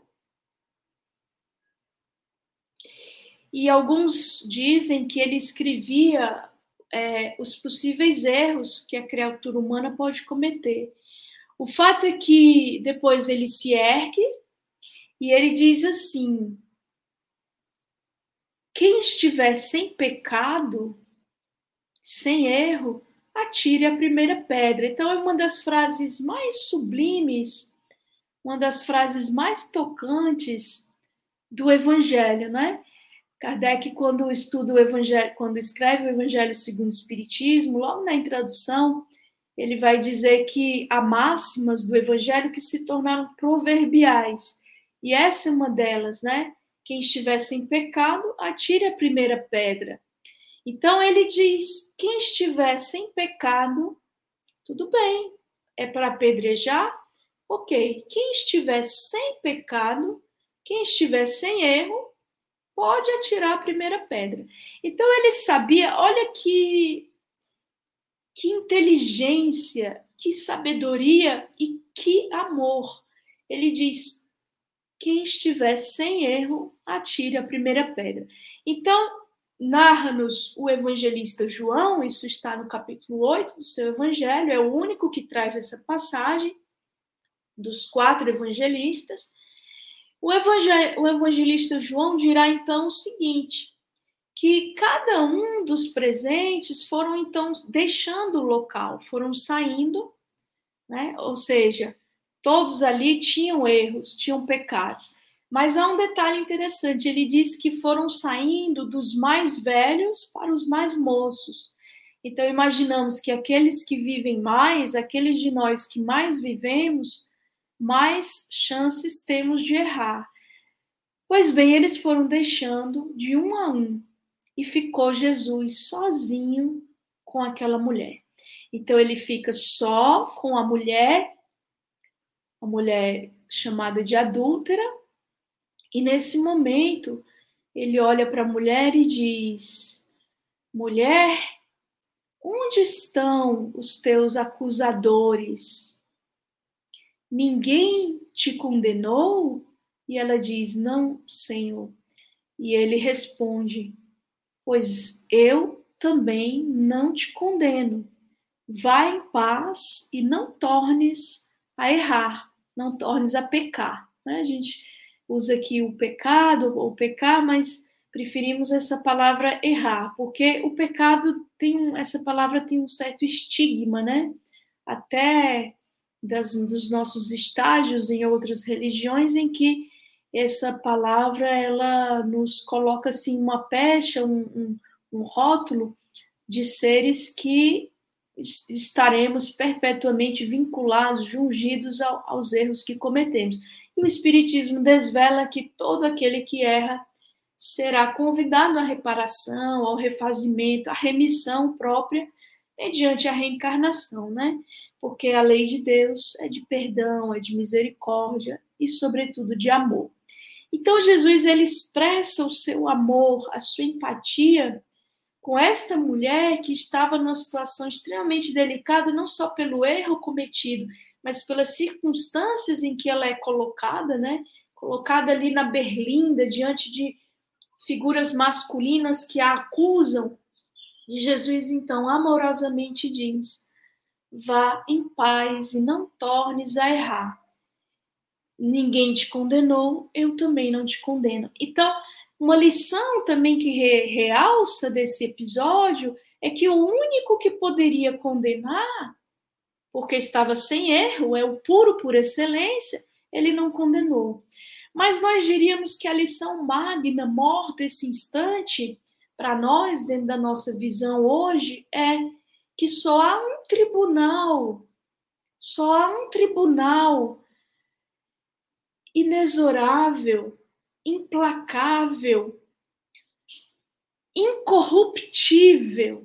E alguns dizem que ele escrevia é, os possíveis erros que a criatura humana pode cometer. O fato é que depois ele se ergue e ele diz assim: quem estiver sem pecado, sem erro, atire a primeira pedra. Então, é uma das frases mais sublimes, uma das frases mais tocantes do Evangelho, né? Kardec, quando estuda o Evangelho, quando escreve o Evangelho segundo o Espiritismo, logo na introdução, ele vai dizer que há máximas do Evangelho que se tornaram proverbiais. E essa é uma delas, né? Quem estiver sem pecado, atire a primeira pedra. Então, ele diz, quem estiver sem pecado, tudo bem, é para apedrejar? Ok. Quem estiver sem pecado, quem estiver sem erro, pode atirar a primeira pedra. Então, ele sabia, olha que, que inteligência, que sabedoria e que amor. Ele diz, quem estiver sem erro, atire a primeira pedra. Então, narra-nos o evangelista João, isso está no capítulo oito do seu evangelho, é o único que traz essa passagem dos quatro evangelistas. O, evangel- o evangelista João dirá então o seguinte, que cada um dos presentes foram então deixando o local, foram saindo, né? Ou seja, todos ali tinham erros, tinham pecados. Mas há um detalhe interessante, ele diz que foram saindo dos mais velhos para os mais moços. Então, imaginamos que aqueles que vivem mais, aqueles de nós que mais vivemos, mais chances temos de errar. Pois bem, eles foram deixando de um a um e ficou Jesus sozinho com aquela mulher. Então, ele fica só com a mulher, a mulher chamada de adúltera, e nesse momento, ele olha para a mulher e diz, mulher, onde estão os teus acusadores? Ninguém te condenou? E ela diz, não, Senhor. E ele responde, pois eu também não te condeno. Vai em paz e não tornes a errar, não tornes a pecar. Né? A gente usa aqui o pecado ou pecar, mas preferimos essa palavra errar, porque o pecado tem um, essa palavra tem um certo estigma, né? Até das, dos nossos estágios em outras religiões em que essa palavra ela nos coloca assim uma pecha, um, um, um rótulo de seres que estaremos perpetuamente vinculados, jungidos ao, aos erros que cometemos. E o Espiritismo desvela que todo aquele que erra será convidado à reparação, ao refazimento, à remissão própria, mediante a reencarnação, né? Porque a lei de Deus é de perdão, é de misericórdia e, sobretudo, de amor. Então, Jesus, ele expressa o seu amor, a sua empatia com esta mulher que estava numa situação extremamente delicada, não só pelo erro cometido, mas pelas circunstâncias em que ela é colocada, né? Colocada ali na berlinda, diante de figuras masculinas que a acusam. E Jesus, então, amorosamente diz: vá em paz e não tornes a errar. Ninguém te condenou, eu também não te condeno. Então, uma lição também que re realça desse episódio é que o único que poderia condenar, porque estava sem erro, é o puro por excelência, ele não condenou. Mas nós diríamos que a lição magna, maior desse instante, para nós, dentro da nossa visão hoje, é que só há um tribunal, só há um tribunal inexorável, implacável, incorruptível.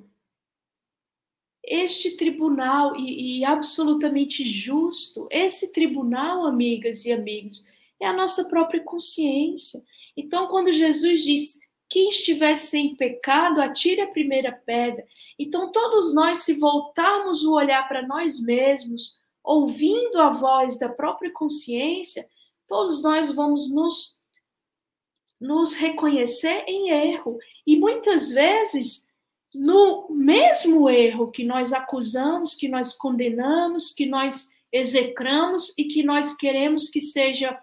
Este tribunal, e, e absolutamente justo, esse tribunal, amigas e amigos, é a nossa própria consciência. Então, quando Jesus diz: quem estiver sem pecado, atire a primeira pedra. Então, todos nós, se voltarmos o olhar para nós mesmos, ouvindo a voz da própria consciência, todos nós vamos nos, nos reconhecer em erro. E muitas vezes, no mesmo erro que nós acusamos, que nós condenamos, que nós execramos e que nós queremos que seja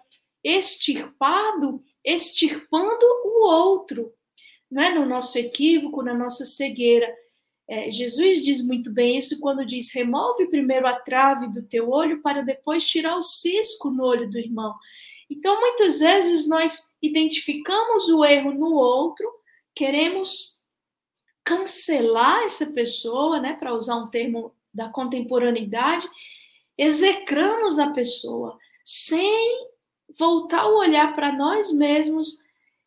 extirpado, extirpando o outro, não é? No nosso equívoco, na nossa cegueira. É, Jesus diz muito bem isso quando diz: remove primeiro a trave do teu olho para depois tirar o cisco no olho do irmão. Então, muitas vezes nós identificamos o erro no outro, queremos cancelar essa pessoa, né, para usar um termo da contemporaneidade, execramos a pessoa, sem voltar o olhar para nós mesmos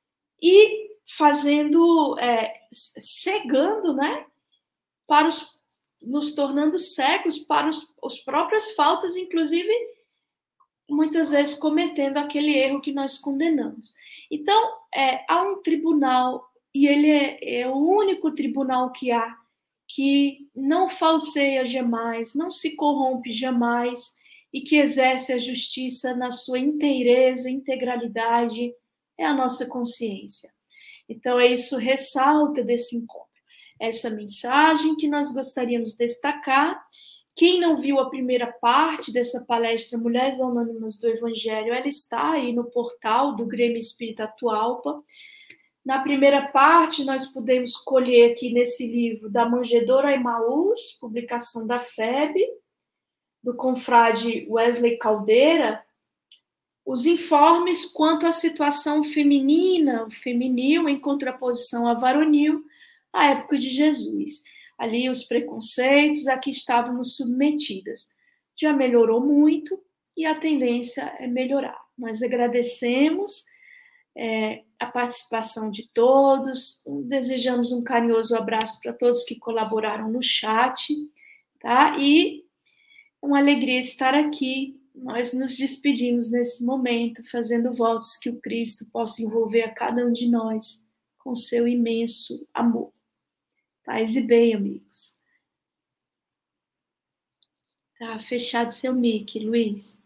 e fazendo, é, cegando, né, para os, nos tornando cegos para os, as próprias faltas, inclusive, muitas vezes cometendo aquele erro que nós condenamos. Então, é, há um tribunal, e ele é, é o único tribunal que há, que não falseia jamais, não se corrompe jamais, e que exerce a justiça na sua inteireza, integralidade, é a nossa consciência. Então, é isso, ressalta desse encontro. Essa mensagem que nós gostaríamos de destacar. Quem não viu a primeira parte dessa palestra Mulheres Anônimas do Evangelho, ela está aí no portal do Grêmio Espírita Atualpa. Na primeira parte, nós podemos colher aqui nesse livro da Manjedoura Emaús, publicação da F E B, do confrade Wesley Caldeira, os informes quanto à situação feminina, feminil, em contraposição à varonil, à época de Jesus. Ali os preconceitos a que estávamos submetidas. Já melhorou muito e a tendência é melhorar. Nós agradecemos é, a participação de todos, desejamos um carinhoso abraço para todos que colaboraram no chat, tá? E uma alegria estar aqui. Nós nos despedimos nesse momento, fazendo votos que o Cristo possa envolver a cada um de nós com seu imenso amor. Paz e bem, amigos. Tá fechado seu mic, Luiz.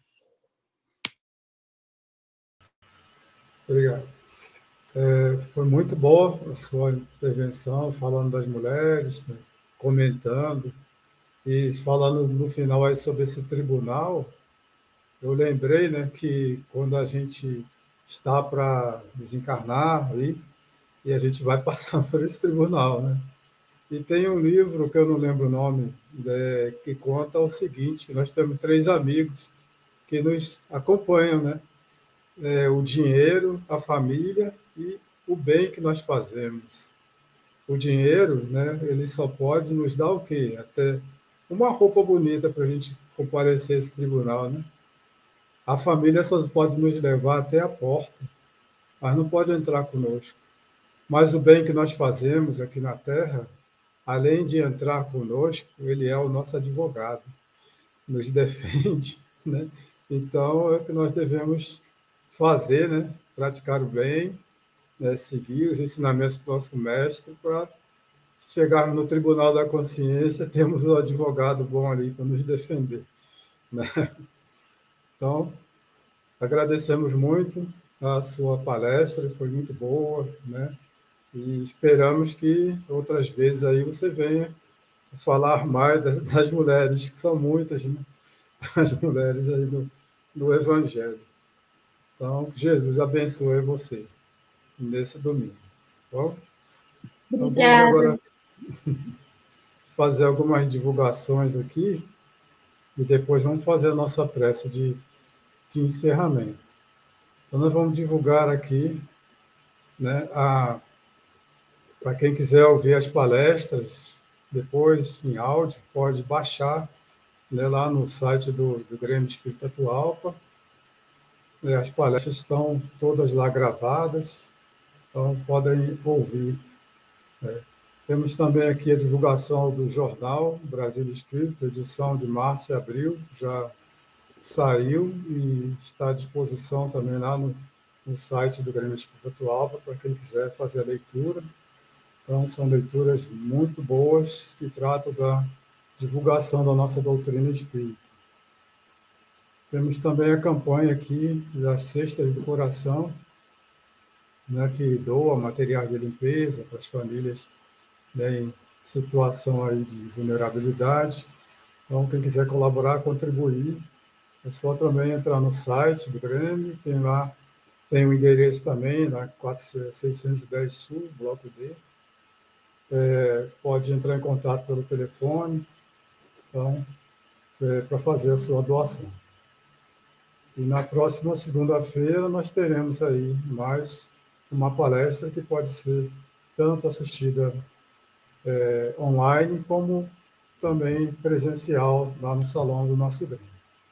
Obrigado. É, foi muito boa a sua intervenção, falando das mulheres, né, comentando, e falando no final aí sobre esse tribunal. Eu lembrei, né, que quando a gente está para desencarnar aí, e a gente vai passar por esse tribunal, né? E tem um livro, que eu não lembro o nome, é, que conta o seguinte, que nós temos três amigos que nos acompanham, né? É, o dinheiro, a família e o bem que nós fazemos. O dinheiro, né, ele só pode nos dar o quê? Até uma roupa bonita para a gente comparecer a esse tribunal, né? A família só pode nos levar até a porta, mas não pode entrar conosco. Mas o bem que nós fazemos aqui na Terra, além de entrar conosco, ele é o nosso advogado, nos defende, né? Então, é o que nós devemos fazer, né? Praticar o bem, né? Seguir os ensinamentos do nosso mestre para chegarmos no Tribunal da Consciência, temos um advogado bom ali para nos defender, né? Então, agradecemos muito a sua palestra, foi muito boa, né? E esperamos que outras vezes aí você venha falar mais das, das mulheres, que são muitas, né? As mulheres aí do, do Evangelho. Então, que Jesus abençoe você nesse domingo. Tá bom? Então, vamos Obrigada. agora fazer algumas divulgações aqui e depois vamos fazer a nossa prece de, de encerramento. Então, nós vamos divulgar aqui, né, a, para quem quiser ouvir as palestras, depois em áudio, pode baixar, né, lá no site do, do Grêmio Espírita Atualpa. As palestras estão todas lá gravadas, então podem ouvir. Né? Temos também aqui a divulgação do jornal Brasil Espírita, edição de março e abril, já saiu e está à disposição também lá no, no site do Grêmio Espírita Atualpa, para quem quiser fazer a leitura. Então, são leituras muito boas que tratam da divulgação da nossa doutrina espírita. Temos também a campanha aqui das Cestas do Coração, né, que doa materiais de limpeza para as famílias, né, em situação aí de vulnerabilidade. Então, quem quiser colaborar, contribuir, é só também entrar no site do Grêmio, tem lá, tem o endereço também, na seiscentos e dez Sul, Bloco D. É, pode entrar em contato pelo telefone, então, é, para fazer a sua doação. E na próxima segunda-feira nós teremos aí mais uma palestra que pode ser tanto assistida é, online como também presencial lá no salão do nosso Grêmio.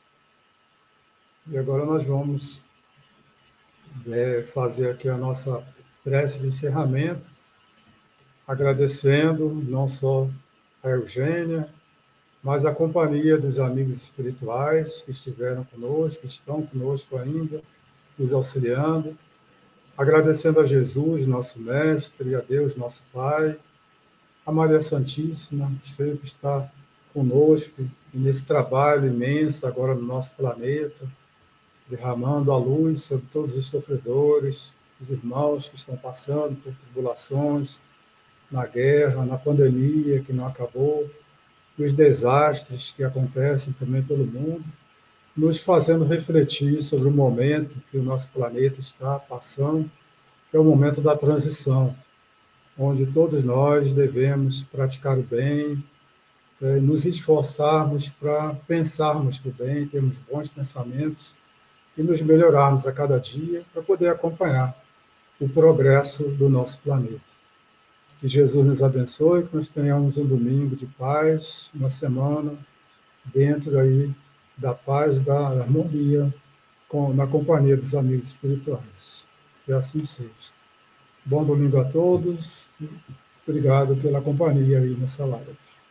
E agora nós vamos é, fazer aqui a nossa prece de encerramento, agradecendo não só a Eugênia, mas a companhia dos amigos espirituais que estiveram conosco, que estão conosco ainda, nos auxiliando, agradecendo a Jesus, nosso Mestre, a Deus, nosso Pai, a Maria Santíssima, que sempre está conosco e nesse trabalho imenso agora no nosso planeta, derramando a luz sobre todos os sofredores, os irmãos que estão passando por tribulações, na guerra, na pandemia que não acabou, os desastres que acontecem também pelo mundo, nos fazendo refletir sobre o momento que o nosso planeta está passando, que é o momento da transição, onde todos nós devemos praticar o bem, é, nos esforçarmos para pensarmos do bem, termos bons pensamentos e nos melhorarmos a cada dia para poder acompanhar o progresso do nosso planeta. Que Jesus nos abençoe, que nós tenhamos um domingo de paz, uma semana dentro aí da paz, da harmonia, com, na companhia dos amigos espirituais. Que assim seja. Bom domingo a todos. Obrigado pela companhia aí nessa live.